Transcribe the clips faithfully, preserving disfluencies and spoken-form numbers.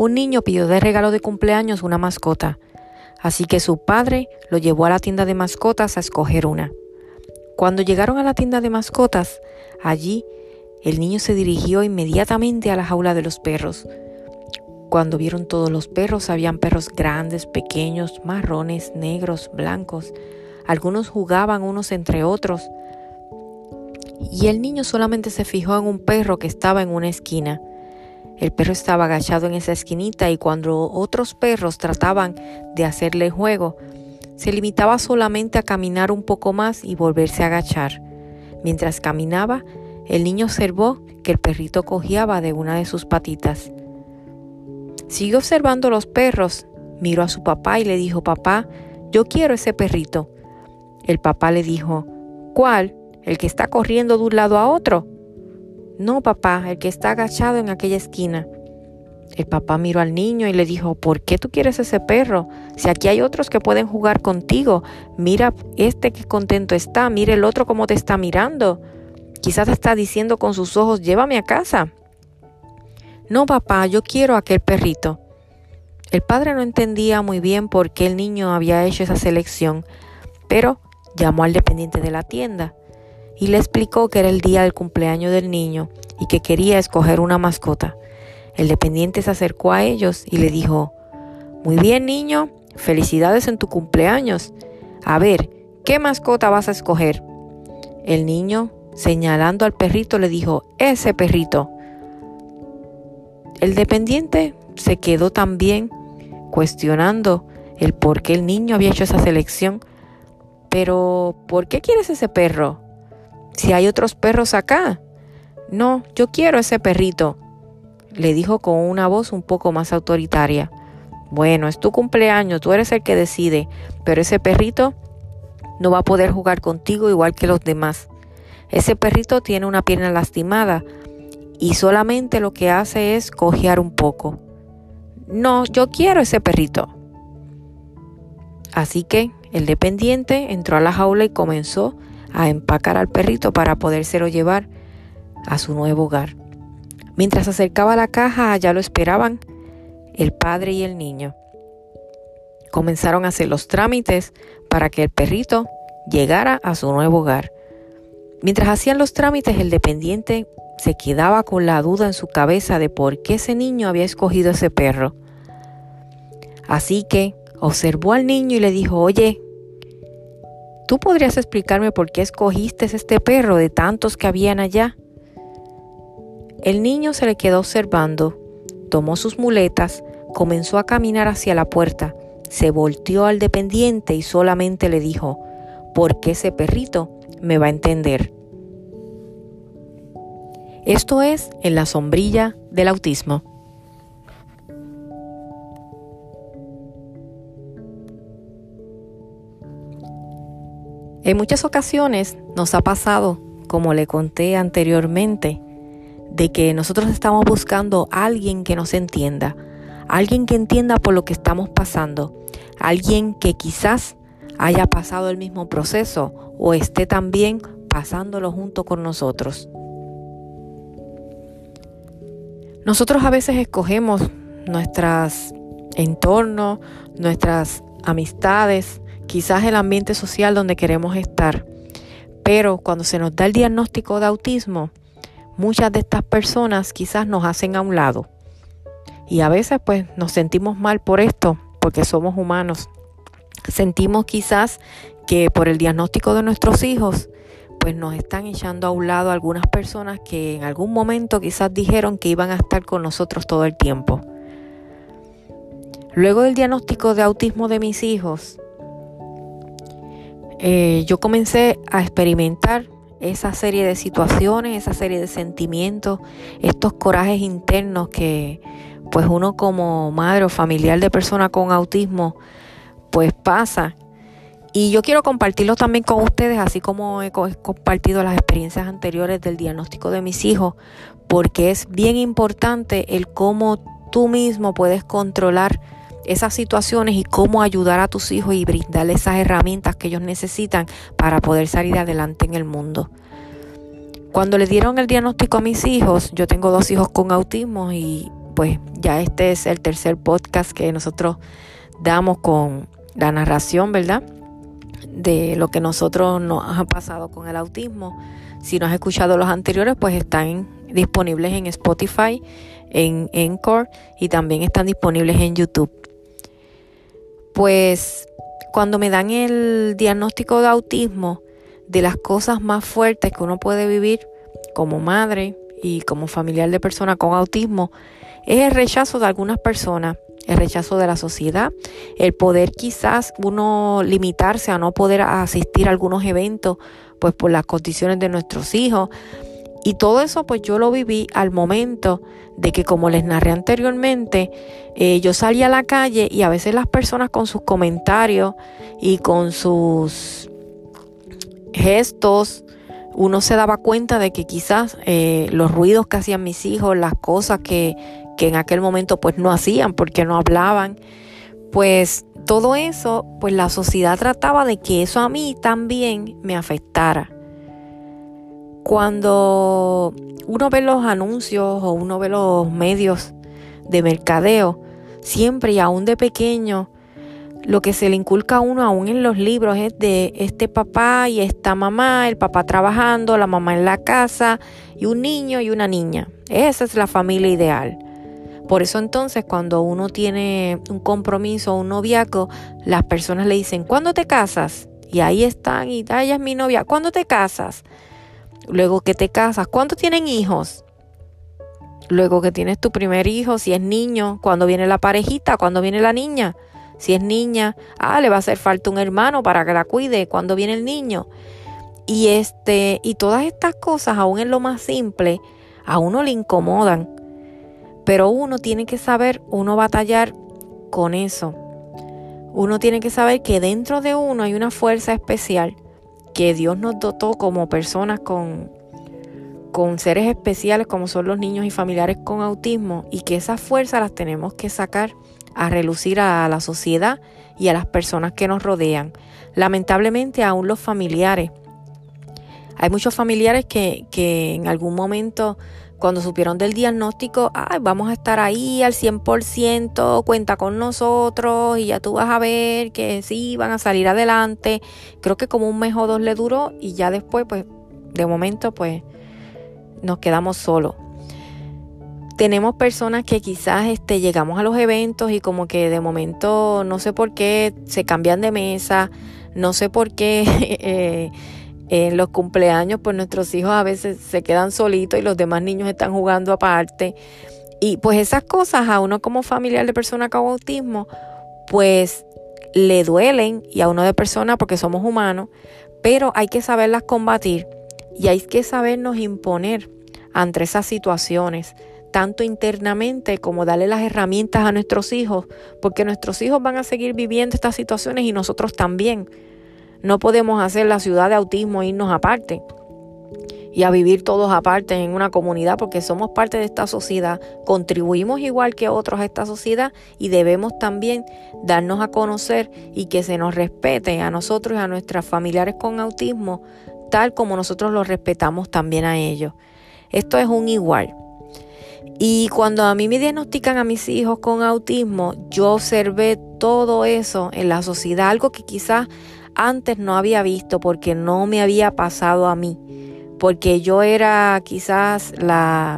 un niño pidió de regalo de cumpleaños una mascota, así que su padre lo llevó a la tienda de mascotas a escoger una. Cuando llegaron a la tienda de mascotas, allí el niño se dirigió inmediatamente a la jaula de los perros. Cuando vieron todos los perros, habían perros grandes, pequeños, marrones, negros, blancos. Algunos jugaban unos entre otros. Y el niño solamente se fijó en un perro que estaba en una esquina. El perro estaba agachado en esa esquinita y cuando otros perros trataban de hacerle juego, se limitaba solamente a caminar un poco más y volverse a agachar. Mientras caminaba, el niño observó que el perrito cojeaba de una de sus patitas. Siguió observando los perros, miró a su papá y le dijo: «Papá, yo quiero ese perrito». El papá le dijo: «¿Cuál? ¿El que está corriendo de un lado a otro?» «No, papá, el que está agachado en aquella esquina». El papá miró al niño y le dijo: «¿Por qué tú quieres ese perro? Si aquí hay otros que pueden jugar contigo. Mira este que contento está, mira el otro cómo te está mirando. Quizás te está diciendo con sus ojos: llévame a casa». «No, papá, yo quiero aquel perrito». El padre no entendía muy bien por qué el niño había hecho esa selección, pero llamó al dependiente de la tienda y le explicó que era el día del cumpleaños del niño y que quería escoger una mascota. El dependiente se acercó a ellos y le dijo: «Muy bien, niño, felicidades en tu cumpleaños. A ver, ¿qué mascota vas a escoger?» El niño, señalando al perrito, le dijo: «Ese perrito». El dependiente se quedó también cuestionando el por qué el niño había hecho esa selección. «¿Pero por qué quieres ese perro? Si hay otros perros acá». «No, yo quiero ese perrito», le dijo con una voz un poco más autoritaria. «Bueno, es tu cumpleaños, tú eres el que decide, pero ese perrito no va a poder jugar contigo igual que los demás. Ese perrito tiene una pierna lastimada y solamente lo que hace es cojear un poco». «No, yo quiero ese perrito». Así que el dependiente entró a la jaula y comenzó a empacar al perrito para podérselo llevar a su nuevo hogar. Mientras se acercaba a la caja, allá lo esperaban el padre y el niño. Comenzaron a hacer los trámites para que el perrito llegara a su nuevo hogar. Mientras hacían los trámites, el dependiente se quedaba con la duda en su cabeza de por qué ese niño había escogido ese perro. Así que observó al niño y le dijo: «Oye, ¿tú podrías explicarme por qué escogiste este perro de tantos que habían allá?» El niño se le quedó observando, tomó sus muletas, comenzó a caminar hacia la puerta, se volteó al dependiente y solamente le dijo: «Porque ese perrito me va a entender». Esto es En la sombrilla del autismo. En muchas ocasiones nos ha pasado, como le conté anteriormente, de que nosotros estamos buscando a alguien que nos entienda, alguien que entienda por lo que estamos pasando, alguien que quizás haya pasado el mismo proceso o esté también pasándolo junto con nosotros. Nosotros a veces escogemos nuestros entornos, nuestras amistades, quizás el ambiente social donde queremos estar, pero cuando se nos da el diagnóstico de autismo, muchas de estas personas quizás nos hacen a un lado y a veces pues nos sentimos mal por esto porque somos humanos. Sentimos quizás que por el diagnóstico de nuestros hijos pues nos están echando a un lado algunas personas que en algún momento quizás dijeron que iban a estar con nosotros todo el tiempo. Luego del diagnóstico de autismo de mis hijos, eh, yo comencé a experimentar esa serie de situaciones, esa serie de sentimientos, estos corajes internos que pues uno como madre o familiar de persona con autismo pues pasa. Y yo quiero compartirlo también con ustedes, así como he compartido las experiencias anteriores del diagnóstico de mis hijos, porque es bien importante el cómo tú mismo puedes controlar esas situaciones y cómo ayudar a tus hijos y brindarles esas herramientas que ellos necesitan para poder salir adelante en el mundo. Cuando le dieron el diagnóstico a mis hijos, yo tengo dos hijos con autismo y pues ya este es el tercer podcast que nosotros damos con la narración, ¿verdad?, de lo que nosotros nos ha pasado con el autismo. Si no has escuchado los anteriores, pues están disponibles en Spotify, en Anchor y también están disponibles en YouTube. Pues cuando me dan el diagnóstico de autismo, de las cosas más fuertes que uno puede vivir como madre y como familiar de persona con autismo, es el rechazo de algunas personas, el rechazo de la sociedad, el poder quizás uno limitarse a no poder asistir a algunos eventos, pues por las condiciones de nuestros hijos. Y todo eso pues yo lo viví al momento de que, como les narré anteriormente, eh, yo salía a la calle y a veces las personas con sus comentarios y con sus gestos, uno se daba cuenta de que quizás eh, los ruidos que hacían mis hijos, las cosas que, que en aquel momento pues no hacían porque no hablaban, pues todo eso, pues la sociedad trataba de que eso a mí también me afectara. Cuando uno ve los anuncios o uno ve los medios de mercadeo, siempre y aún de pequeño, lo que se le inculca a uno aún en los libros es de este papá y esta mamá, el papá trabajando, la mamá en la casa y un niño y una niña. Esa es la familia ideal. Por eso entonces cuando uno tiene un compromiso o un noviazgo, las personas le dicen, ¿cuándo te casas? Y ahí están, y ah, ella es mi novia, ¿cuándo te casas? Luego que te casas, ¿cuántos tienen hijos? Luego que tienes tu primer hijo, si es niño, ¿cuándo viene la parejita? ¿Cuándo viene la niña? Si es niña, ah, le va a hacer falta un hermano para que la cuide. ¿Cuándo viene el niño? Y este, y todas estas cosas, aún en lo más simple, a uno le incomodan. Pero uno tiene que saber, uno batallar con eso. Uno tiene que saber que dentro de uno hay una fuerza especial que Dios nos dotó como personas con, con seres especiales como son los niños y familiares con autismo, y que esas fuerzas las tenemos que sacar a relucir a la sociedad y a las personas que nos rodean. Lamentablemente aún los familiares, hay muchos familiares que, que en algún momento cuando supieron del diagnóstico, ay, vamos a estar ahí al cien por ciento, cuenta con nosotros y ya tú vas a ver que sí, van a salir adelante. Creo que como un mes o dos le duró y ya después, pues, de momento, pues, nos quedamos solos. Tenemos personas que quizás este, llegamos a los eventos y como que de momento, no sé por qué, se cambian de mesa, no sé por qué... eh, En los cumpleaños, pues nuestros hijos a veces se quedan solitos y los demás niños están jugando aparte. Y pues esas cosas a uno como familiar de persona con autismo, pues le duelen, y a uno de persona porque somos humanos, pero hay que saberlas combatir y hay que sabernos imponer ante esas situaciones, tanto internamente como darle las herramientas a nuestros hijos, porque nuestros hijos van a seguir viviendo estas situaciones y nosotros también. No podemos hacer la ciudad de autismo e irnos aparte y a vivir todos aparte en una comunidad, porque somos parte de esta sociedad, contribuimos igual que otros a esta sociedad y debemos también darnos a conocer y que se nos respete a nosotros y a nuestros familiares con autismo tal como nosotros los respetamos también a ellos. Esto es un igual. Y cuando a mí me diagnostican a mis hijos con autismo, yo observé todo eso en la sociedad, algo que quizás antes no había visto porque no me había pasado a mí, porque yo era quizás la,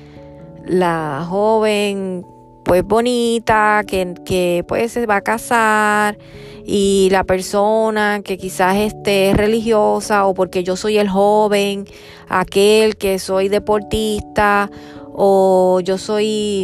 la joven pues bonita que, que pues se va a casar, y la persona que quizás esté religiosa, o porque yo soy el joven, aquel que soy deportista, o yo soy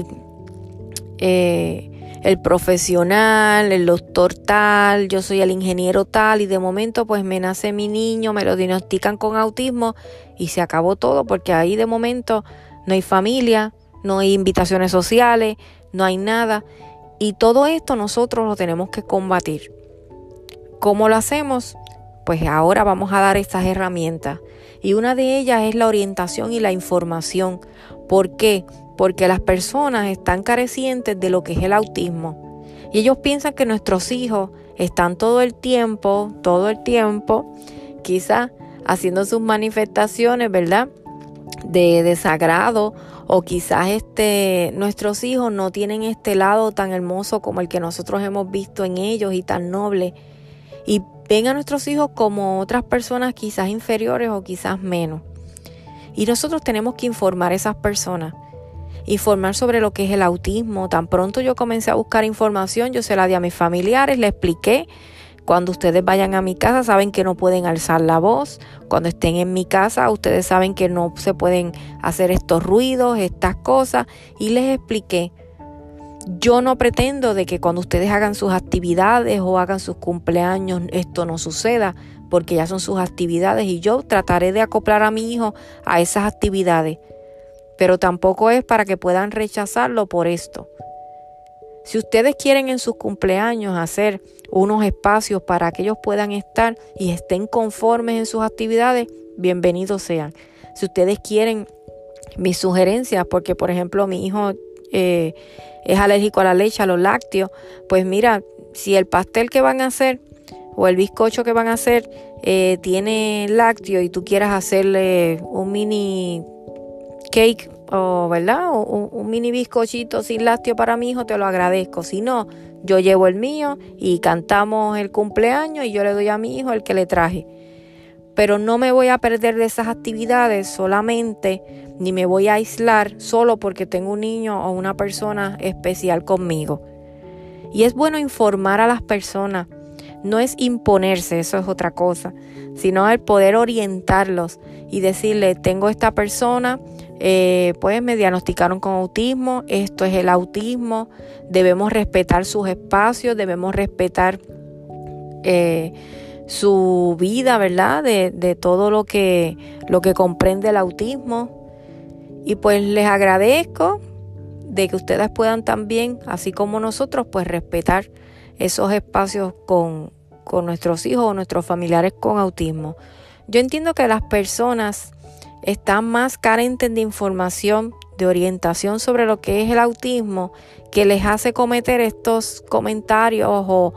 eh, el profesional, el doctor tal, yo soy el ingeniero tal, y de momento pues me nace mi niño, me lo diagnostican con autismo y se acabó todo, porque ahí de momento no hay familia, no hay invitaciones sociales, no hay nada, y todo esto nosotros lo tenemos que combatir. ¿Cómo lo hacemos? Pues ahora vamos a dar estas herramientas, y una de ellas es la orientación y la información. ¿Por qué? Porque las personas están carecientes de lo que es el autismo, y ellos piensan que nuestros hijos están todo el tiempo, todo el tiempo, quizás haciendo sus manifestaciones, ¿verdad? de desagrado, o quizás este nuestros hijos no tienen este lado tan hermoso como el que nosotros hemos visto en ellos y tan noble, y ven a nuestros hijos como otras personas quizás inferiores o quizás menos. Y nosotros tenemos que informar a esas personas, informar sobre lo que es el autismo. Tan pronto yo comencé a buscar información, yo se la di a mis familiares, les expliqué. Cuando ustedes vayan a mi casa, saben que no pueden alzar la voz. Cuando estén en mi casa, ustedes saben que no se pueden hacer estos ruidos, estas cosas. Y les expliqué. Yo no pretendo de que cuando ustedes hagan sus actividades o hagan sus cumpleaños, esto no suceda, porque ya son sus actividades y yo trataré de acoplar a mi hijo a esas actividades. Pero tampoco es para que puedan rechazarlo por esto. Si ustedes quieren en sus cumpleaños hacer unos espacios para que ellos puedan estar y estén conformes en sus actividades, bienvenidos sean. Si ustedes quieren mis sugerencias, porque por ejemplo mi hijo eh, es alérgico a la leche, a los lácteos, pues mira, si el pastel que van a hacer o el bizcocho que van a hacer eh, tiene lácteo y tú quieras hacerle un mini cake, o verdad, o un, un mini bizcochito sin lácteo para mi hijo, te lo agradezco. Si no, yo llevo el mío y cantamos el cumpleaños y yo le doy a mi hijo el que le traje. Pero no me voy a perder de esas actividades solamente, ni me voy a aislar solo porque tengo un niño o una persona especial conmigo. Y es bueno informar a las personas, no es imponerse, eso es otra cosa, sino el poder orientarlos y decirle, tengo esta persona, eh, pues me diagnosticaron con autismo, esto es el autismo, debemos respetar sus espacios, debemos respetar eh, su vida, ¿verdad? De, de todo lo que, lo que comprende el autismo. Y pues les agradezco de que ustedes puedan también, así como nosotros, pues respetar esos espacios con, con nuestros hijos o nuestros familiares con autismo. Yo entiendo que las personas están más carentes de información, de orientación sobre lo que es el autismo, que les hace cometer estos comentarios o,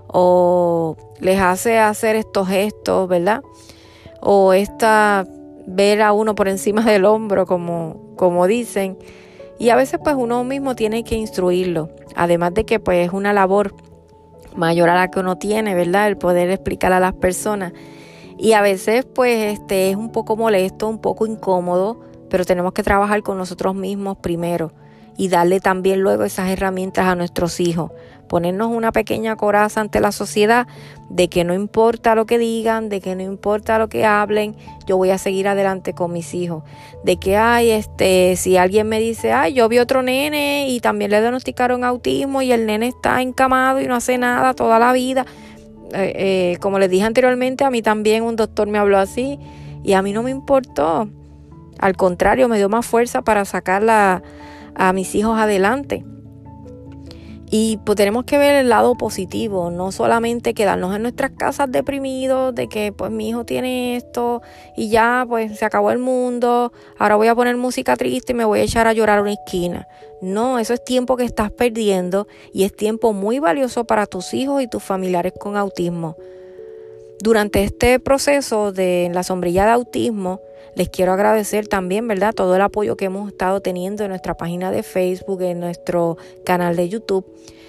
o les hace hacer estos gestos, ¿verdad? O esta ver a uno por encima del hombro, como, como dicen. Y a veces pues uno mismo tiene que instruirlo. Además de que pues es una labor mayor a la que uno tiene, ¿verdad? El poder explicar a las personas. Y a veces pues este es un poco molesto, un poco incómodo, pero tenemos que trabajar con nosotros mismos primero y darle también luego esas herramientas a nuestros hijos. Ponernos una pequeña coraza ante la sociedad de que no importa lo que digan, de que no importa lo que hablen, yo voy a seguir adelante con mis hijos. De que ay, este, si alguien me dice, ay, yo vi otro nene y también le diagnosticaron autismo y el nene está encamado y no hace nada toda la vida. Eh, eh, como les dije anteriormente, a mí también un doctor me habló así y a mí no me importó. Al contrario, me dio más fuerza para sacar la, a mis hijos adelante. Y pues tenemos que ver el lado positivo, no solamente quedarnos en nuestras casas deprimidos de que pues mi hijo tiene esto y ya pues se acabó el mundo, ahora voy a poner música triste y me voy a echar a llorar a una esquina. No, eso es tiempo que estás perdiendo y es tiempo muy valioso para tus hijos y tus familiares con autismo. Durante este proceso de la sombrilla de autismo, les quiero agradecer también, ¿verdad?, todo el apoyo que hemos estado teniendo en nuestra página de Facebook, en nuestro canal de YouTube.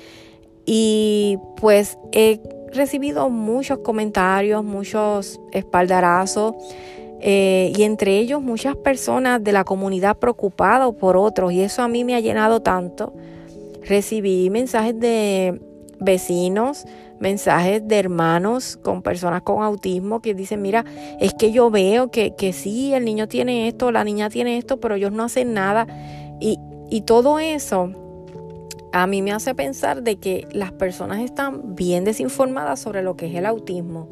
Y pues he recibido muchos comentarios, muchos espaldarazos, eh, y entre ellos muchas personas de la comunidad preocupadas por otros, y eso a mí me ha llenado tanto. Recibí mensajes de vecinos, mensajes de hermanos con personas con autismo que dicen, mira, es que yo veo que, que sí, el niño tiene esto, la niña tiene esto, pero ellos no hacen nada. Y, y todo eso a mí me hace pensar de que las personas están bien desinformadas sobre lo que es el autismo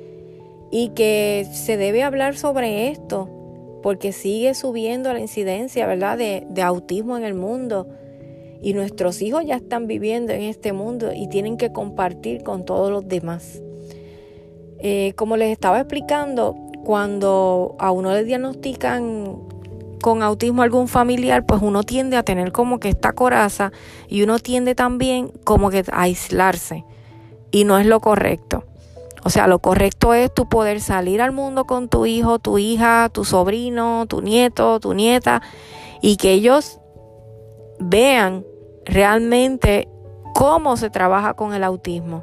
y que se debe hablar sobre esto porque sigue subiendo la incidencia, ¿verdad?, de, de autismo en el mundo. Y nuestros hijos ya están viviendo en este mundo y tienen que compartir con todos los demás. Eh, como les estaba explicando, cuando a uno le diagnostican con autismo algún familiar, pues uno tiende a tener como que esta coraza y uno tiende también como que a aislarse. Y no es lo correcto. O sea, lo correcto es tú poder salir al mundo con tu hijo, tu hija, tu sobrino, tu nieto, tu nieta, y que ellos vean realmente cómo se trabaja con el autismo.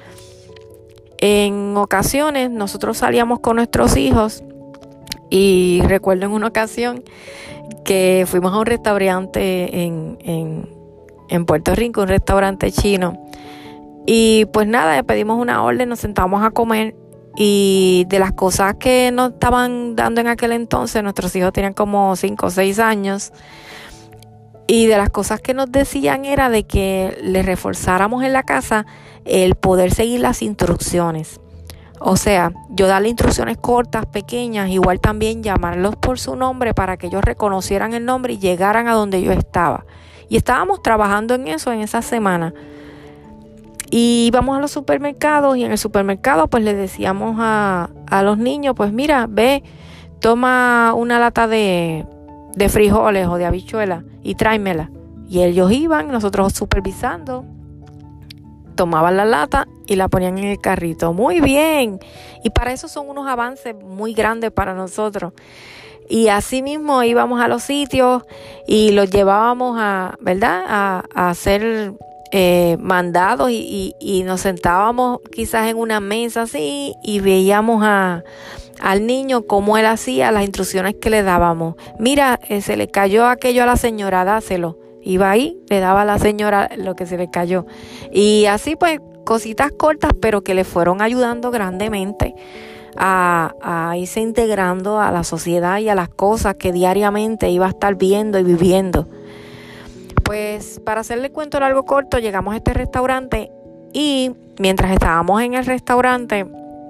En ocasiones nosotros salíamos con nuestros hijos y recuerdo en una ocasión que fuimos a un restaurante en, en, en Puerto Rico, un restaurante chino. Y pues nada, pedimos una orden, nos sentamos a comer y de las cosas que nos estaban dando en aquel entonces, nuestros hijos tenían como cinco o seis años, y de las cosas que nos decían era de que les reforzáramos en la casa el poder seguir las instrucciones. O sea, yo darle instrucciones cortas, pequeñas, igual también llamarlos por su nombre para que ellos reconocieran el nombre y llegaran a donde yo estaba. Y estábamos trabajando en eso en esa semana. Y íbamos a los supermercados y en el supermercado pues les decíamos a, a los niños, pues mira, ve, toma una lata de, de frijoles o de habichuelas y tráemela. Y ellos iban, nosotros supervisando, tomaban la lata y la ponían en el carrito. Muy bien. Y para eso son unos avances muy grandes para nosotros. Y así mismo íbamos a los sitios y los llevábamos a, ¿verdad? A, a hacer eh, mandados y, y, y nos sentábamos quizás en una mesa así y veíamos a, al niño cómo él hacía las instrucciones que le dábamos. Mira, eh, se le cayó aquello a la señora, dáselo. Iba ahí, le daba a la señora lo que se le cayó. Y así pues cositas cortas, pero que le fueron ayudando grandemente a, a irse integrando a la sociedad y a las cosas que diariamente iba a estar viendo y viviendo. Pues para hacerle cuento largo corto, llegamos a este restaurante y mientras estábamos en el restaurante,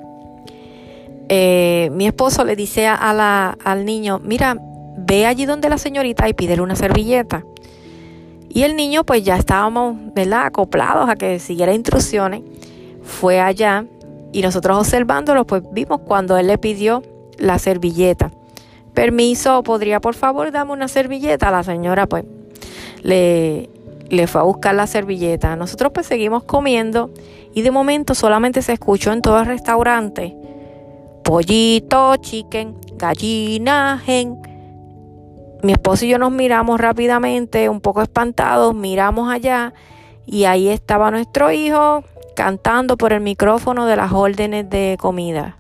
eh, mi esposo le dice a la, al niño, mira, ve allí donde la señorita y pídele una servilleta. Y el niño pues ya estábamos, ¿verdad?, acoplados a que siguiera instrucciones. Fue allá y nosotros observándolo pues vimos cuando él le pidió la servilleta. Permiso, ¿podría por favor darme una servilleta? La señora pues le, le fue a buscar la servilleta. Nosotros pues seguimos comiendo y de momento solamente se escuchó en todo el restaurante pollito, chicken, gallina, hen. Mi esposo y yo nos miramos rápidamente, un poco espantados, miramos allá y ahí estaba nuestro hijo cantando por el micrófono de las órdenes de comida.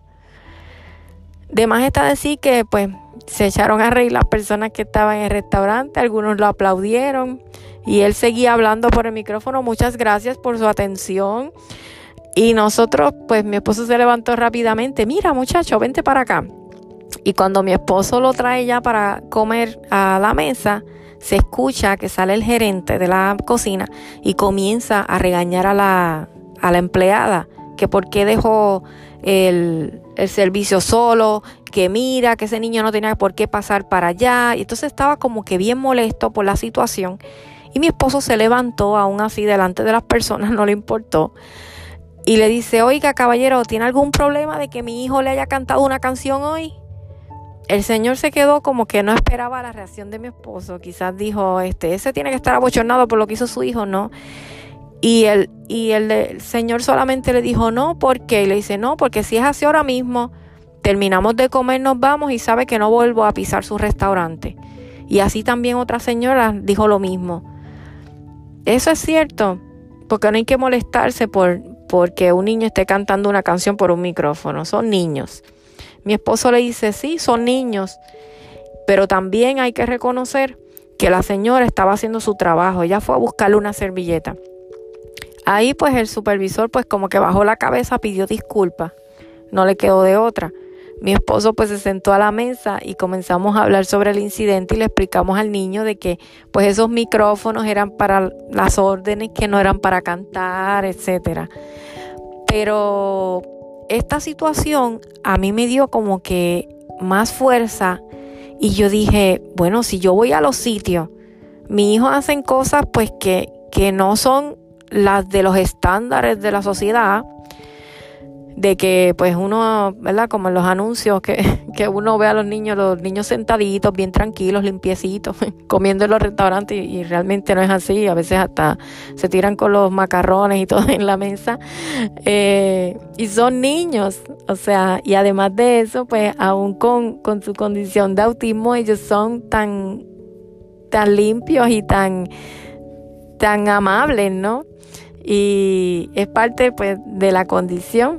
De más está decir que pues se echaron a reír las personas que estaban en el restaurante, algunos lo aplaudieron y él seguía hablando por el micrófono, muchas gracias por su atención. Y nosotros, pues mi esposo se levantó rápidamente, mira muchacho, vente para acá. Y cuando mi esposo lo trae ya para comer a la mesa, se escucha que sale el gerente de la cocina y comienza a regañar a la, a la empleada, que por qué dejó el, el servicio solo, que mira, que ese niño no tenía por qué pasar para allá. Y entonces estaba como que bien molesto por la situación. Y mi esposo se levantó aún así delante de las personas, no le importó. Y le dice, oiga caballero, ¿tiene algún problema de que mi hijo le haya cantado una canción hoy? El señor se quedó como que no esperaba la reacción de mi esposo. Quizás dijo, este, ese tiene que estar abochornado por lo que hizo su hijo, ¿no? Y el, y el, el señor solamente le dijo, no, ¿por qué? Y le dice, no, porque si es así ahora mismo, terminamos de comer, nos vamos y sabe que no vuelvo a pisar su restaurante. Y así también otra señora dijo lo mismo. Eso es cierto, porque no hay que molestarse por porque un niño esté cantando una canción por un micrófono. Son niños. Mi esposo le dice, sí, son niños, pero también hay que reconocer que la señora estaba haciendo su trabajo. Ella fue a buscarle una servilleta. Ahí pues el supervisor pues como que bajó la cabeza, pidió disculpas. No le quedó de otra. Mi esposo pues se sentó a la mesa y comenzamos a hablar sobre el incidente y le explicamos al niño de que pues esos micrófonos eran para las órdenes, que no eran para cantar, etcétera. Pero esta situación a mí me dio como que más fuerza y yo dije, bueno, si yo voy a los sitios, mis hijos hacen cosas pues que, que no son las de los estándares de la sociedad. de que pues uno, ¿verdad? Como en los anuncios que, que uno ve a los niños, los niños sentaditos, bien tranquilos, limpiecitos, comiendo en los restaurantes y, y realmente no es así. A veces hasta se tiran con los macarrones y todo en la mesa. Eh, y son niños, o sea, y además de eso, pues aún con, con su condición de autismo, ellos son tan, tan limpios y tan, tan amables, ¿no? Y es parte pues de la condición.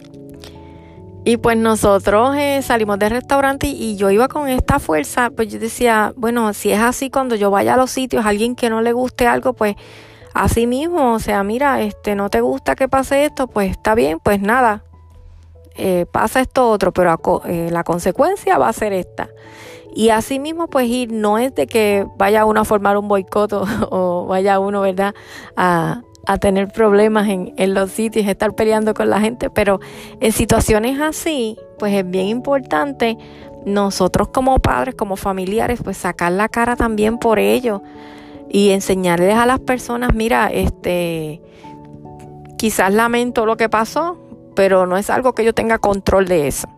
Y pues nosotros eh, salimos del restaurante y, y yo iba con esta fuerza, pues yo decía, bueno, si es así cuando yo vaya a los sitios, alguien que no le guste algo, pues así mismo, o sea, mira, este, no te gusta que pase esto, pues está bien, pues nada, eh, pasa esto otro, pero a, eh, la consecuencia va a ser esta. Y así mismo, pues ir, no es de que vaya uno a formar un boicot o, o vaya uno, ¿verdad?, a... a tener problemas en, en los sitios, estar peleando con la gente, pero en situaciones así, pues es bien importante nosotros como padres, como familiares, pues sacar la cara también por ellos y enseñarles a las personas, mira, este, quizás lamento lo que pasó, pero no es algo que yo tenga control de eso.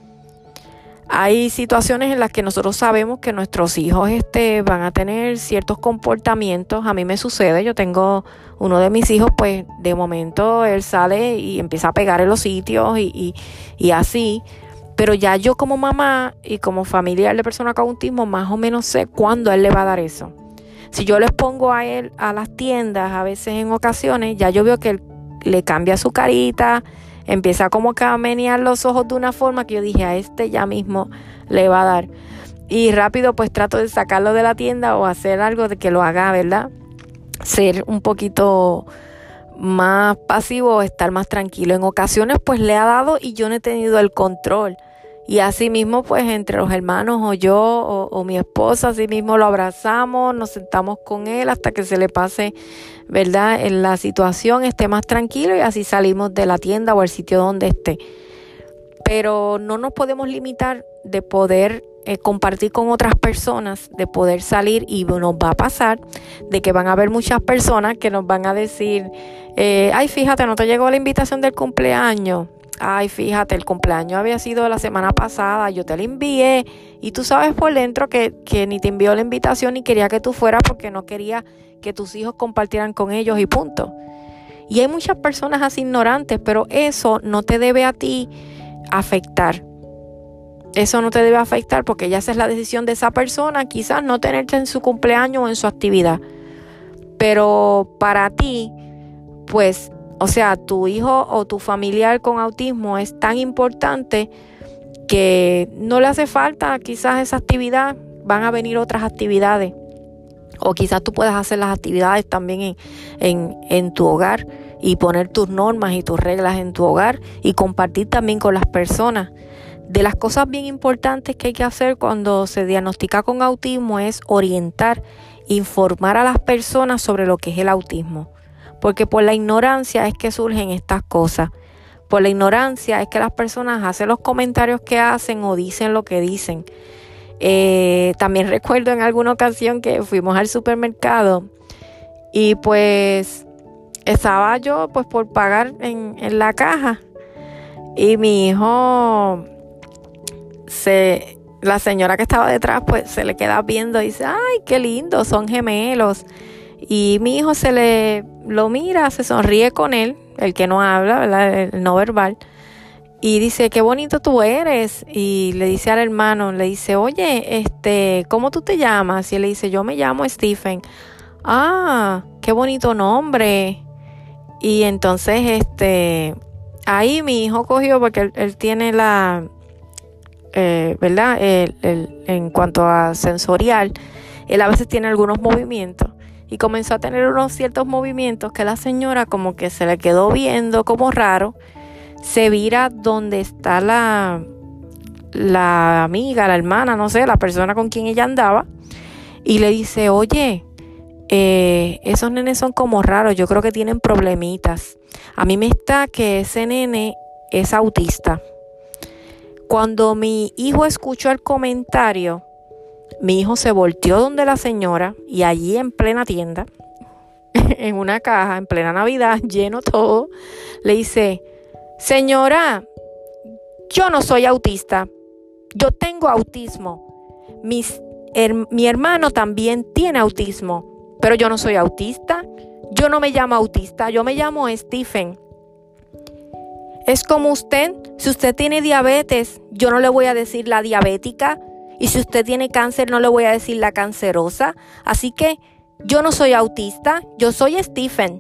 Hay situaciones en las que nosotros sabemos que nuestros hijos este, van a tener ciertos comportamientos. A mí me sucede, yo tengo uno de mis hijos, pues de momento él sale y empieza a pegar en los sitios y, y, y así. Pero ya yo como mamá y como familiar de persona con autismo, más o menos sé cuándo a él le va a dar eso. Si yo les pongo a él a las tiendas, a veces en ocasiones, ya yo veo que él le cambia su carita, empieza como que a menear los ojos de una forma que yo dije, a este ya mismo le va a dar. Y rápido pues trato de sacarlo de la tienda o hacer algo de que lo haga, ¿verdad? Ser un poquito más pasivo, estar más tranquilo. En ocasiones pues le ha dado y yo no he tenido el control. Y así mismo pues entre los hermanos o yo o, o mi esposa, así mismo lo abrazamos, nos sentamos con él hasta que se le pase, ¿verdad?, en la situación, esté más tranquilo y así salimos de la tienda o el sitio donde esté. Pero no nos podemos limitar de poder eh, compartir con otras personas, de poder salir, y nos va a pasar de que van a haber muchas personas que nos van a decir, eh, ay, fíjate, no te llegó la invitación del cumpleaños. Ay, fíjate, el cumpleaños había sido la semana pasada, yo te la envié y tú sabes por dentro que, que ni te envió la invitación ni quería que tú fueras porque no quería que tus hijos compartieran con ellos y punto. Y hay muchas personas así ignorantes, pero eso no te debe a ti afectar. Eso no te debe afectar porque ya esa es la decisión de esa persona, quizás no tenerte en su cumpleaños o en su actividad. Pero para ti, pues, o sea, tu hijo o tu familiar con autismo es tan importante que no le hace falta quizás esa actividad, van a venir otras actividades. O quizás tú puedas hacer las actividades también en, en, en tu hogar y poner tus normas y tus reglas en tu hogar y compartir también con las personas. De las cosas bien importantes que hay que hacer cuando se diagnostica con autismo es orientar, informar a las personas sobre lo que es el autismo. Porque por la ignorancia es que surgen estas cosas. Por la ignorancia es que las personas hacen los comentarios que hacen o dicen lo que dicen. Eh, también recuerdo en alguna ocasión que fuimos al supermercado y pues estaba yo pues por pagar en, en la caja y mi hijo, se, la señora que estaba detrás pues se le queda viendo y dice, ay, qué lindo, son gemelos. Y mi hijo se le lo mira, se sonríe con él, el que no habla, ¿verdad?, el no verbal, y dice, qué bonito tú eres. Y le dice al hermano, le dice, oye, este, ¿cómo tú te llamas? Y él le dice, yo me llamo Stephen. Ah, qué bonito nombre. Y entonces, este, ahí mi hijo cogió, porque él, él tiene la, eh, ¿verdad?, el, el, en cuanto a sensorial, él a veces tiene algunos movimientos. Y comenzó a tener unos ciertos movimientos que la señora como que se le quedó viendo como raro. Se vira donde está la, la amiga, la hermana, no sé, la persona con quien ella andaba. Y le dice, oye, eh, esos nenes son como raros, yo creo que tienen problemitas. A mí me está que ese nene es autista. Cuando mi hijo escuchó el comentario, mi hijo se volteó donde la señora y allí en plena tienda, en una caja, en plena Navidad, lleno todo, le dice, señora, yo no soy autista, yo tengo autismo. Mis, her, mi hermano también tiene autismo, pero yo no soy autista. Yo no me llamo autista, yo me llamo Stephen. Es como usted, si usted tiene diabetes, yo no le voy a decir la diabética. Y si usted tiene cáncer, no le voy a decir la cancerosa. Así que yo no soy autista, yo soy Stephen.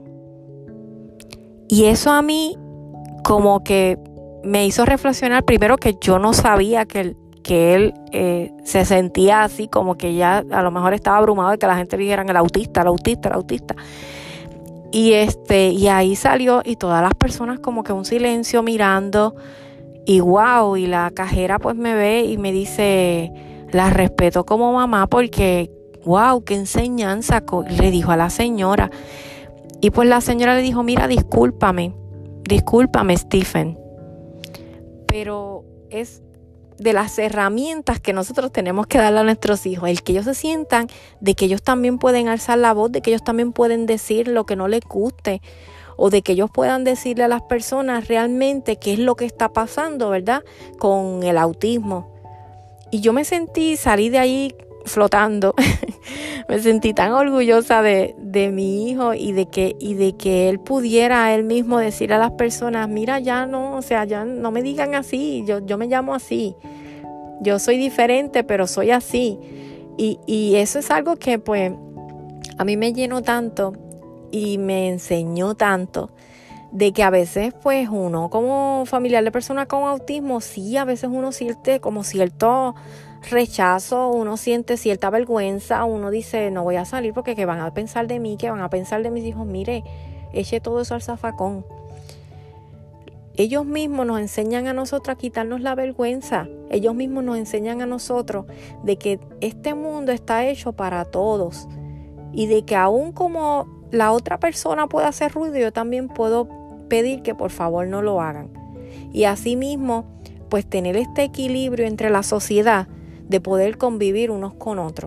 Y eso a mí como que me hizo reflexionar primero que yo no sabía que él, que él eh, se sentía así, como que ya a lo mejor estaba abrumado de que la gente le dijeran el autista, el autista, el autista. Y este, y ahí salió, y todas las personas como que un silencio mirando, y wow, y la cajera pues me ve y me dice, la respeto como mamá porque wow, qué enseñanza, le dijo a la señora. Y pues la señora le dijo, mira, discúlpame, discúlpame, Stephen, pero es de las herramientas que nosotros tenemos que darle a nuestros hijos, el que ellos se sientan de que ellos también pueden alzar la voz, de que ellos también pueden decir lo que no les guste, o de que ellos puedan decirle a las personas realmente qué es lo que está pasando, ¿verdad?, con el autismo. Y yo me sentí, salí de ahí flotando, me sentí tan orgullosa de, de mi hijo y de que y de que él pudiera él mismo decir a las personas, mira, ya no, o sea, ya no me digan así, yo, yo me llamo así, yo soy diferente, pero soy así. Y, y eso es algo que pues a mí me llenó tanto y me enseñó tanto, de que a veces pues uno como familiar de personas con autismo, sí, a veces uno siente como cierto rechazo, uno siente cierta vergüenza, uno dice, no voy a salir porque ¿qué van a pensar de mí? ¿Qué van a pensar de mis hijos? Mire, eche todo eso al zafacón. Ellos mismos nos enseñan a nosotros a quitarnos la vergüenza. Ellos mismos nos enseñan a nosotros de que este mundo está hecho para todos y de que aún como la otra persona puede hacer ruido, yo también puedo pedir que por favor no lo hagan. Y asimismo, pues tener este equilibrio entre la sociedad de poder convivir unos con otros.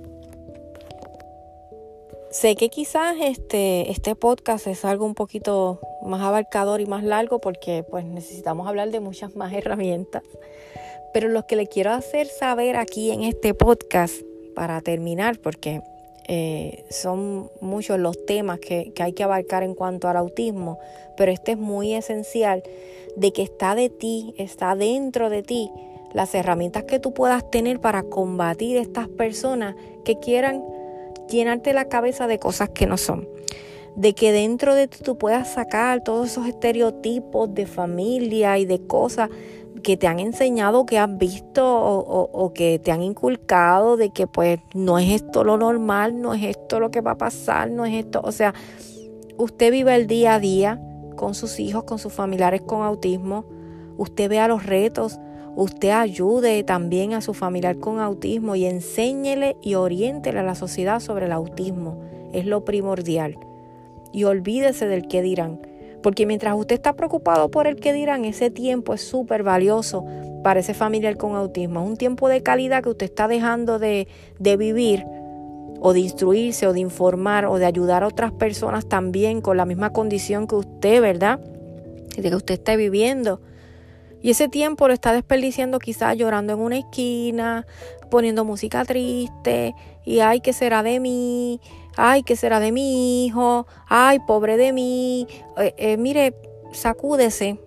Sé que quizás este, este podcast es algo un poquito más abarcador y más largo porque pues necesitamos hablar de muchas más herramientas. Pero lo que le quiero hacer saber aquí en este podcast, para terminar, porque eh, son muchos los temas que, que hay que abarcar en cuanto al autismo, pero este es muy esencial, de que está de ti, está dentro de ti, las herramientas que tú puedas tener para combatir estas personas que quieran llenarte la cabeza de cosas que no son. De que dentro de ti tú puedas sacar todos esos estereotipos de familia y de cosas que te han enseñado, que has visto o, o, o que te han inculcado, de que pues no es esto lo normal, no es esto lo que va a pasar, no es esto. O sea, usted vive el día a día con sus hijos, con sus familiares con autismo. Usted vea los retos, usted ayude también a su familiar con autismo y enséñele y oriéntele a la sociedad sobre el autismo. Es lo primordial. Y olvídese del qué dirán. Porque mientras usted está preocupado por el qué dirán, ese tiempo es súper valioso para ese familiar con autismo. Es un tiempo de calidad que usted está dejando de, de vivir, o de instruirse, o de informar, o de ayudar a otras personas también con la misma condición que usted, ¿verdad?, de que usted esté viviendo. Y ese tiempo lo está desperdiciando quizás llorando en una esquina, poniendo música triste, y ay, ¿qué será de mí? Ay, ¿qué será de mi hijo? Ay, pobre de mí. Eh, eh, mire, sacúdese,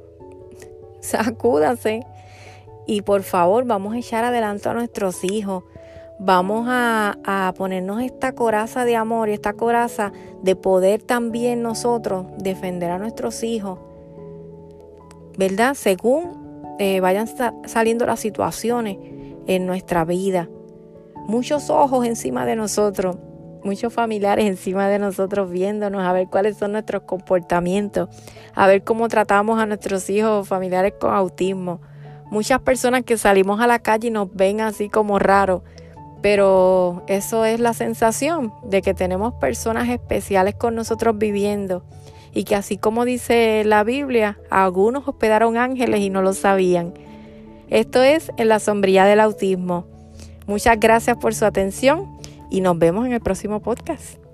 sacúdase. Y por favor, vamos a echar adelante a nuestros hijos. Vamos a, a ponernos esta coraza de amor y esta coraza de poder también nosotros defender a nuestros hijos, ¿verdad? Según eh, vayan sa- saliendo las situaciones en nuestra vida. Muchos ojos encima de nosotros, muchos familiares encima de nosotros viéndonos a ver cuáles son nuestros comportamientos, a ver cómo tratamos a nuestros hijos familiares con autismo. Muchas personas que salimos a la calle y nos ven así como raros, pero eso es la sensación de que tenemos personas especiales con nosotros viviendo, y que así como dice la Biblia, algunos hospedaron ángeles y no lo sabían. Esto es En la sombrilla del autismo. Muchas gracias por su atención y nos vemos en el próximo podcast.